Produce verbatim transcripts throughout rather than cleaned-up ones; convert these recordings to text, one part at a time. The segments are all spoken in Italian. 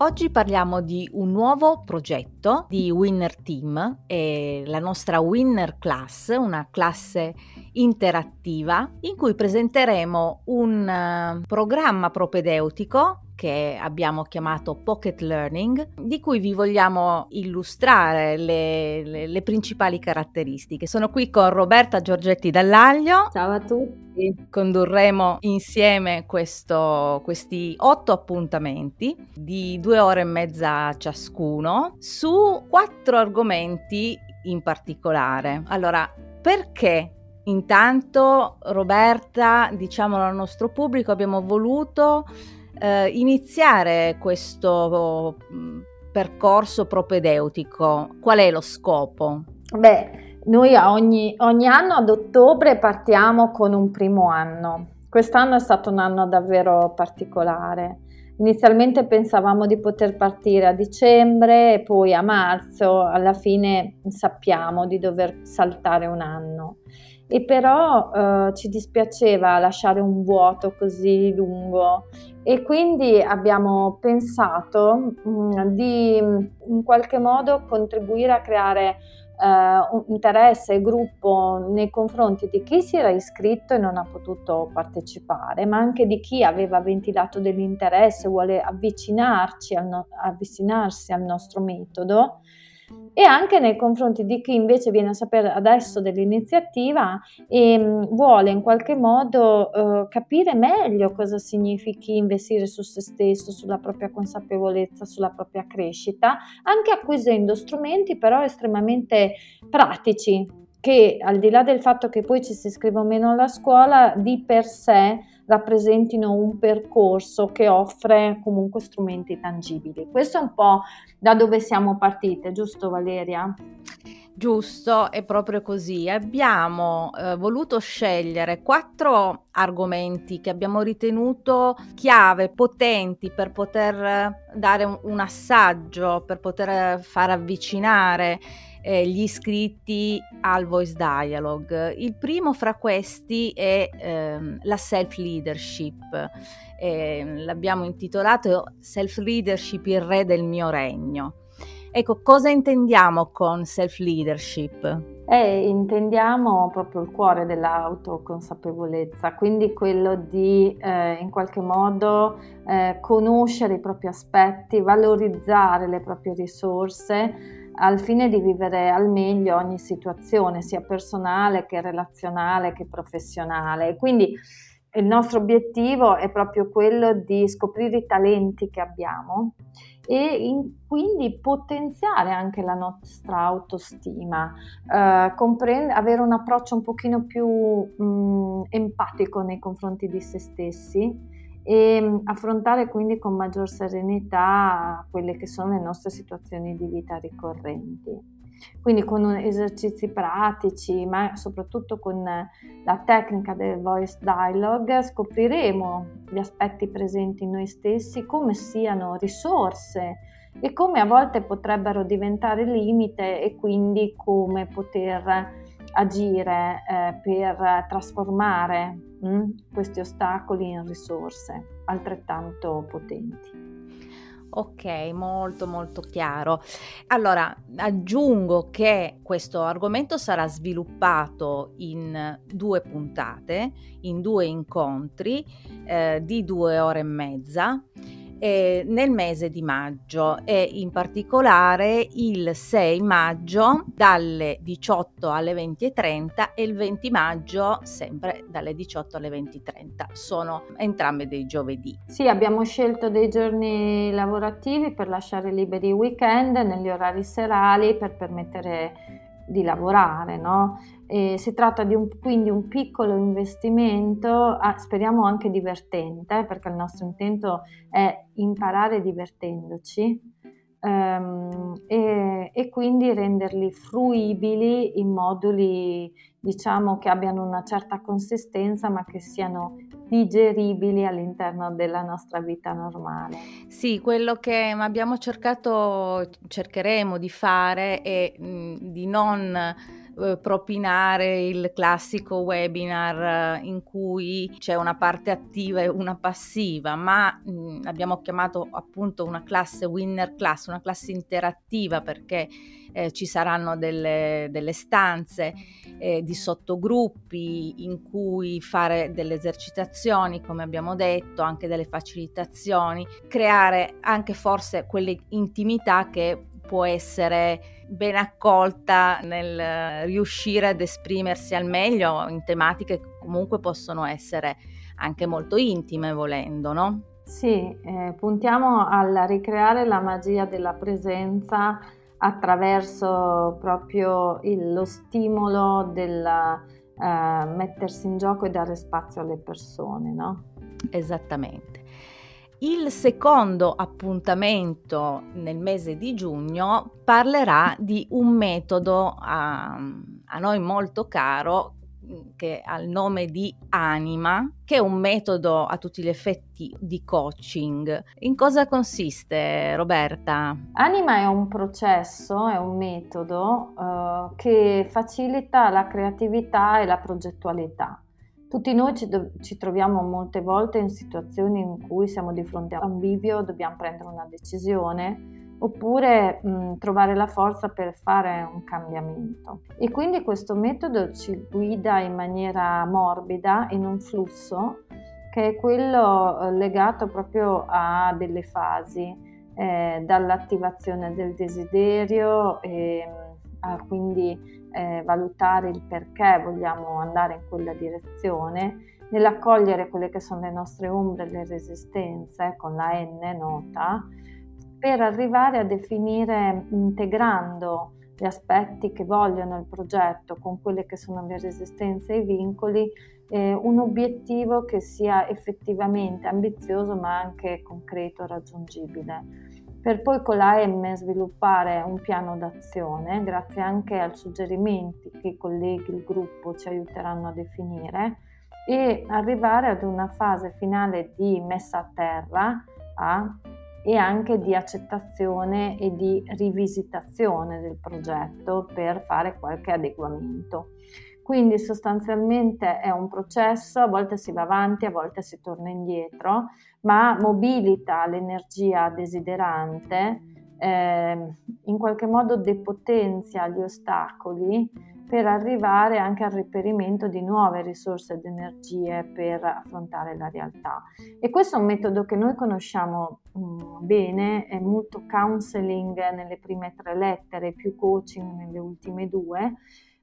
Oggi parliamo di un nuovo progetto di Winner Team, e la nostra Winner Class, una classe interattiva in cui presenteremo un uh, programma propedeutico che abbiamo chiamato Pocket Learning, di cui vi vogliamo illustrare le, le, le principali caratteristiche. Sono qui con Roberta Giorgetti Dall'Aglio. Ciao a tutti. Condurremo insieme questo, questi otto appuntamenti di due ore e mezza ciascuno su quattro argomenti in particolare. Allora, perché? Intanto, Roberta, diciamolo al nostro pubblico, abbiamo voluto eh, iniziare questo mh, percorso propedeutico. Qual è lo scopo? Beh, noi a ogni, ogni anno ad ottobre partiamo con un primo anno. Quest'anno è stato un anno davvero particolare. Inizialmente pensavamo di poter partire a dicembre e poi a marzo, alla fine sappiamo di dover saltare un anno. E però eh, ci dispiaceva lasciare un vuoto così lungo e quindi abbiamo pensato mh, di in qualche modo contribuire a creare Uh, un interesse e gruppo nei confronti di chi si era iscritto e non ha potuto partecipare, ma anche di chi aveva ventilato dell'interesse, vuole avvicinarci al no- avvicinarsi al nostro metodo, e anche nei confronti di chi invece viene a sapere adesso dell'iniziativa e mh, vuole in qualche modo uh, capire meglio cosa significhi investire su se stesso, sulla propria consapevolezza, sulla propria crescita, anche acquisendo strumenti però estremamente pratici, che al di là del fatto che poi ci si iscriva o meno alla scuola, di per sé rappresentino un percorso che offre comunque strumenti tangibili. Questo è un po' da dove siamo partite, giusto Valeria? Giusto, è proprio così. Abbiamo eh, voluto scegliere quattro argomenti che abbiamo ritenuto chiave, potenti per poter dare un, un assaggio, per poter far avvicinare eh, gli iscritti al Voice Dialogue. Il primo fra questi è ehm, la self-leadership. Eh, l'abbiamo intitolato Self-leadership, il re del mio regno. Ecco, cosa intendiamo con self-leadership? Eh, intendiamo proprio il cuore dell'autoconsapevolezza, quindi quello di eh, in qualche modo eh, conoscere i propri aspetti, valorizzare le proprie risorse al fine di vivere al meglio ogni situazione, sia personale che relazionale che professionale. Quindi il nostro obiettivo è proprio quello di scoprire i talenti che abbiamo e in, quindi potenziare anche la nostra autostima, eh, comprend- avere un approccio un pochino più mh, empatico nei confronti di se stessi e mh, affrontare quindi con maggior serenità quelle che sono le nostre situazioni di vita ricorrenti. Quindi con esercizi pratici, ma soprattutto con la tecnica del voice dialogue, scopriremo gli aspetti presenti in noi stessi, come siano risorse e come a volte potrebbero diventare limite, e quindi come poter agire eh, per trasformare mh, questi ostacoli in risorse altrettanto potenti. Ok, molto molto chiaro. Allora, aggiungo che questo argomento sarà sviluppato in due puntate, in due incontri eh, di due ore e mezza eh, nel mese di maggio, e in particolare il sei maggio dalle diciotto alle venti e trenta e il venti maggio sempre dalle diciotto alle venti e trenta. Sono entrambi dei giovedì. Sì, abbiamo scelto dei giorni lavorativi per lasciare liberi i weekend negli orari serali per permettere di lavorare, no? E si tratta di un, quindi un piccolo investimento, ah, speriamo anche divertente, perché il nostro intento è imparare divertendoci. Um, e, e quindi renderli fruibili in moduli, diciamo, che abbiano una certa consistenza ma che siano digeribili all'interno della nostra vita normale. Sì, quello che abbiamo cercato, cercheremo di fare è mh, di non eh, propinare il classico webinar eh, in cui c'è una parte attiva e una passiva, ma mh, abbiamo chiamato appunto una classe winner class, una classe interattiva, perché eh, ci saranno delle, delle stanze eh, di sottogruppi in cui fare delle esercitazioni, come abbiamo detto, anche delle facilitazioni, creare anche forse quelle intimità che può essere ben accolta nel riuscire ad esprimersi al meglio in tematiche che comunque possono essere anche molto intime, volendo, no? Sì, eh, puntiamo a ricreare la magia della presenza attraverso proprio il, lo stimolo del eh, mettersi in gioco e dare spazio alle persone, no? Esattamente. Il secondo appuntamento nel mese di giugno parlerà di un metodo a, a noi molto caro, che ha il nome di Anima, che è un metodo a tutti gli effetti di coaching. In cosa consiste, Roberta? Anima è un processo, è un metodo eh, che facilita la creatività e la progettualità. Tutti noi ci, do- ci troviamo molte volte in situazioni in cui siamo di fronte a un bivio, dobbiamo prendere una decisione oppure mh, trovare la forza per fare un cambiamento. E quindi questo metodo ci guida in maniera morbida in un flusso che è quello eh, legato proprio a delle fasi, eh, dall'attivazione del desiderio e a quindi eh, valutare il perché vogliamo andare in quella direzione, nell'accogliere quelle che sono le nostre ombre e le resistenze con la N nota, per arrivare a definire, integrando gli aspetti che vogliono il progetto con quelle che sono le resistenze e i vincoli, eh, un obiettivo che sia effettivamente ambizioso ma anche concreto, raggiungibile, per poi con la M sviluppare un piano d'azione grazie anche ai suggerimenti che i colleghi, il gruppo ci aiuteranno a definire, e arrivare ad una fase finale di messa a terra a e anche di accettazione e di rivisitazione del progetto per fare qualche adeguamento. Quindi sostanzialmente è un processo, a volte si va avanti, a volte si torna indietro, ma mobilita l'energia desiderante, eh, in qualche modo depotenzia gli ostacoli per arrivare anche al reperimento di nuove risorse ed energie per affrontare la realtà. E questo è un metodo che noi conosciamo mh, bene, è molto counseling nelle prime tre lettere, più coaching nelle ultime due,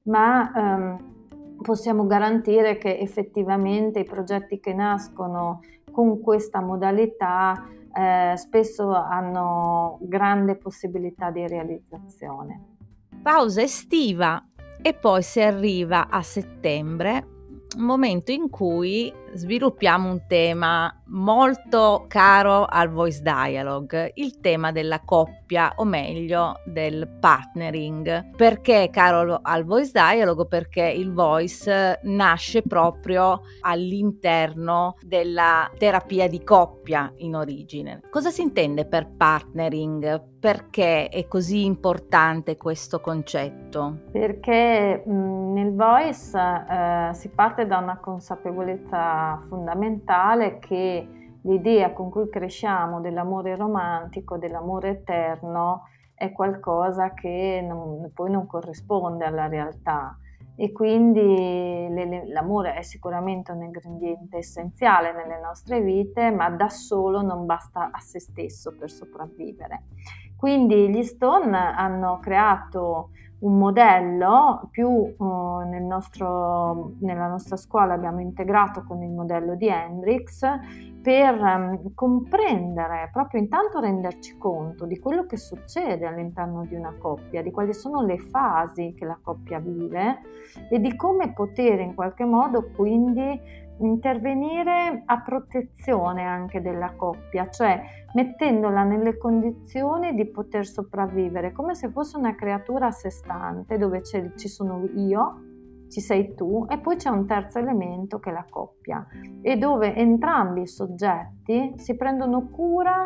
ma ehm, possiamo garantire che effettivamente i progetti che nascono con questa modalità eh, spesso hanno grande possibilità di realizzazione. Pausa estiva e poi si arriva a settembre, momento in cui sviluppiamo un tema molto caro al Voice Dialogue, il tema della coppia, o meglio del partnering. Perché caro al Voice Dialogue? Perché il Voice nasce proprio all'interno della terapia di coppia in origine. Cosa si intende per partnering? Perché è così importante questo concetto? Perché mh, nel Voice eh, si parte da una consapevolezza fondamentale che l'idea con cui cresciamo dell'amore romantico, dell'amore eterno, è qualcosa che non, poi non corrisponde alla realtà, e quindi le, le, l'amore è sicuramente un ingrediente essenziale nelle nostre vite, ma da solo non basta a se stesso per sopravvivere. Quindi gli Stone hanno creato un modello più uh, nel nostro, nella nostra scuola abbiamo integrato con il modello di Hendrix per um, comprendere, proprio intanto renderci conto di quello che succede all'interno di una coppia, di quali sono le fasi che la coppia vive e di come poter in qualche modo quindi intervenire a protezione anche della coppia, cioè mettendola nelle condizioni di poter sopravvivere come se fosse una creatura a sé stante, dove c'è, ci sono io, ci sei tu e poi c'è un terzo elemento che è la coppia, e dove entrambi i soggetti si prendono cura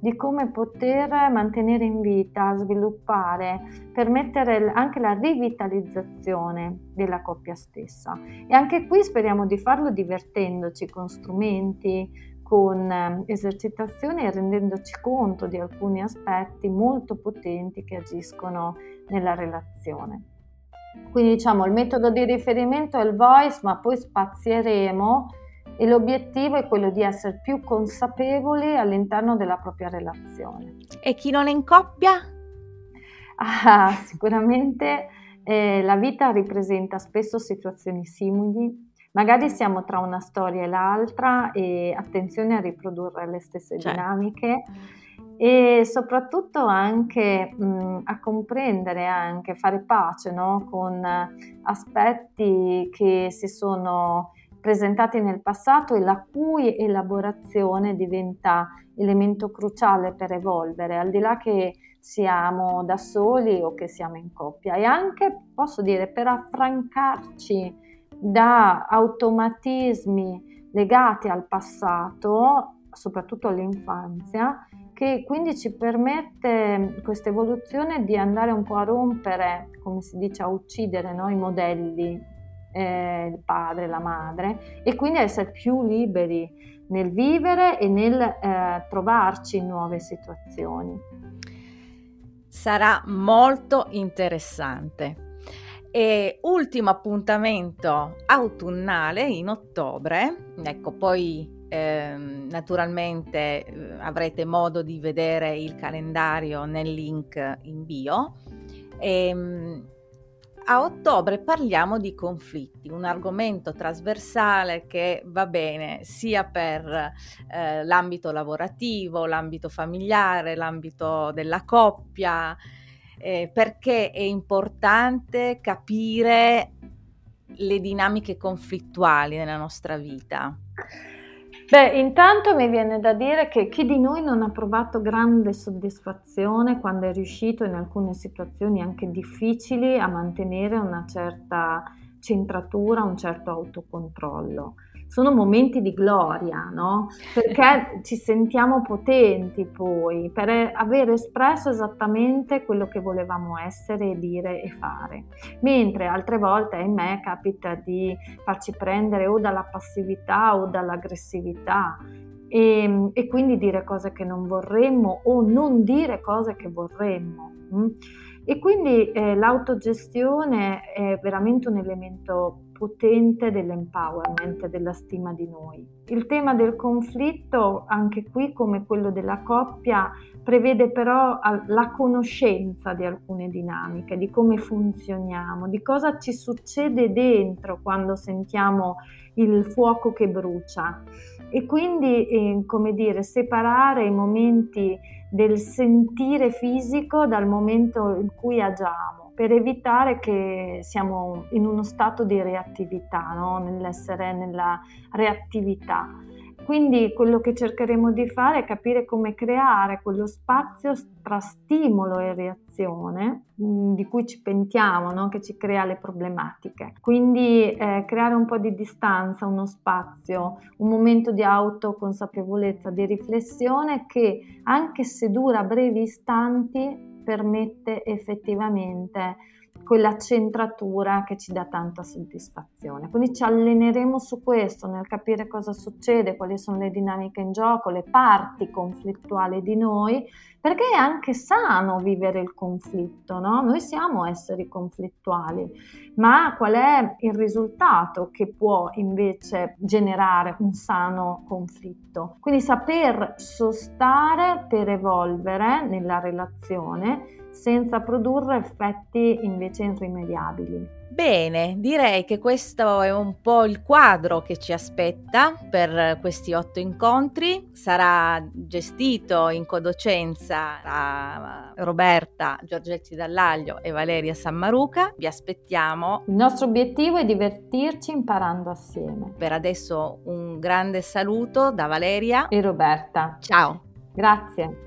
di come poter mantenere in vita, sviluppare, permettere anche la rivitalizzazione della coppia stessa. E anche qui speriamo di farlo divertendoci con strumenti, con esercitazioni e rendendoci conto di alcuni aspetti molto potenti che agiscono nella relazione. Quindi diciamo il metodo di riferimento è il voice, ma poi spazieremo e l'obiettivo è quello di essere più consapevoli all'interno della propria relazione. E chi non è in coppia? Ah, sicuramente eh, la vita ripresenta spesso situazioni simili. Magari siamo tra una storia e l'altra e attenzione a riprodurre le stesse Certo. dinamiche e soprattutto anche mh, a comprendere, anche fare pace, no? Con aspetti che si sono presentati nel passato e la cui elaborazione diventa elemento cruciale per evolvere, al di là che siamo da soli o che siamo in coppia, e anche, posso dire, per affrancarci da automatismi legati al passato, soprattutto all'infanzia, che quindi ci permette questa evoluzione di andare un po' a rompere, come si dice, a uccidere, no? I modelli, eh, il padre, la madre, e quindi essere più liberi nel vivere e nel eh, trovarci in nuove situazioni. Sarà molto interessante. E ultimo appuntamento autunnale in ottobre, ecco, poi eh, naturalmente eh, avrete modo di vedere il calendario nel link in bio. E, a ottobre parliamo di conflitti, un argomento trasversale che va bene sia per eh, l'ambito lavorativo, l'ambito familiare, l'ambito della coppia, eh, perché è importante capire le dinamiche conflittuali nella nostra vita. Beh, intanto mi viene da dire che chi di noi non ha provato grande soddisfazione quando è riuscito in alcune situazioni anche difficili a mantenere una certa centratura, un certo autocontrollo. Sono momenti di gloria, no? Perché ci sentiamo potenti poi per aver espresso esattamente quello che volevamo essere, dire e fare. Mentre altre volte, ahimè, capita di farci prendere o dalla passività o dall'aggressività e, e quindi dire cose che non vorremmo o non dire cose che vorremmo. Hm? E quindi eh, l'autogestione è veramente un elemento potente dell'empowerment, della stima di noi. Il tema del conflitto, anche qui come quello della coppia, prevede però la conoscenza di alcune dinamiche, di come funzioniamo, di cosa ci succede dentro quando sentiamo il fuoco che brucia. E quindi, eh, come dire, separare i momenti del sentire fisico dal momento in cui agiamo, per evitare che siamo in uno stato di reattività, no? Nell'essere nella reattività. Quindi quello che cercheremo di fare è capire come creare quello spazio tra stimolo e reazione mh, di cui ci pentiamo, no? Che ci crea le problematiche. Quindi eh, creare un po' di distanza, uno spazio, un momento di autoconsapevolezza, di riflessione che, anche se dura brevi istanti, permette effettivamente quella centratura che ci dà tanta soddisfazione. Quindi ci alleneremo su questo, nel capire cosa succede, quali sono le dinamiche in gioco, le parti conflittuali di noi, perché è anche sano vivere il conflitto, no? Noi siamo esseri conflittuali, ma qual è il risultato che può invece generare un sano conflitto? Quindi saper sostare per evolvere nella relazione senza produrre effetti invece irrimediabili. Bene, direi che questo è un po' il quadro che ci aspetta per questi otto incontri. Sarà gestito in codocenza da Roberta Giorgetti Dallaglio e Valeria Sammaruca. Vi aspettiamo. Il nostro obiettivo è divertirci imparando assieme. Per adesso un grande saluto da Valeria e Roberta. Ciao. Grazie.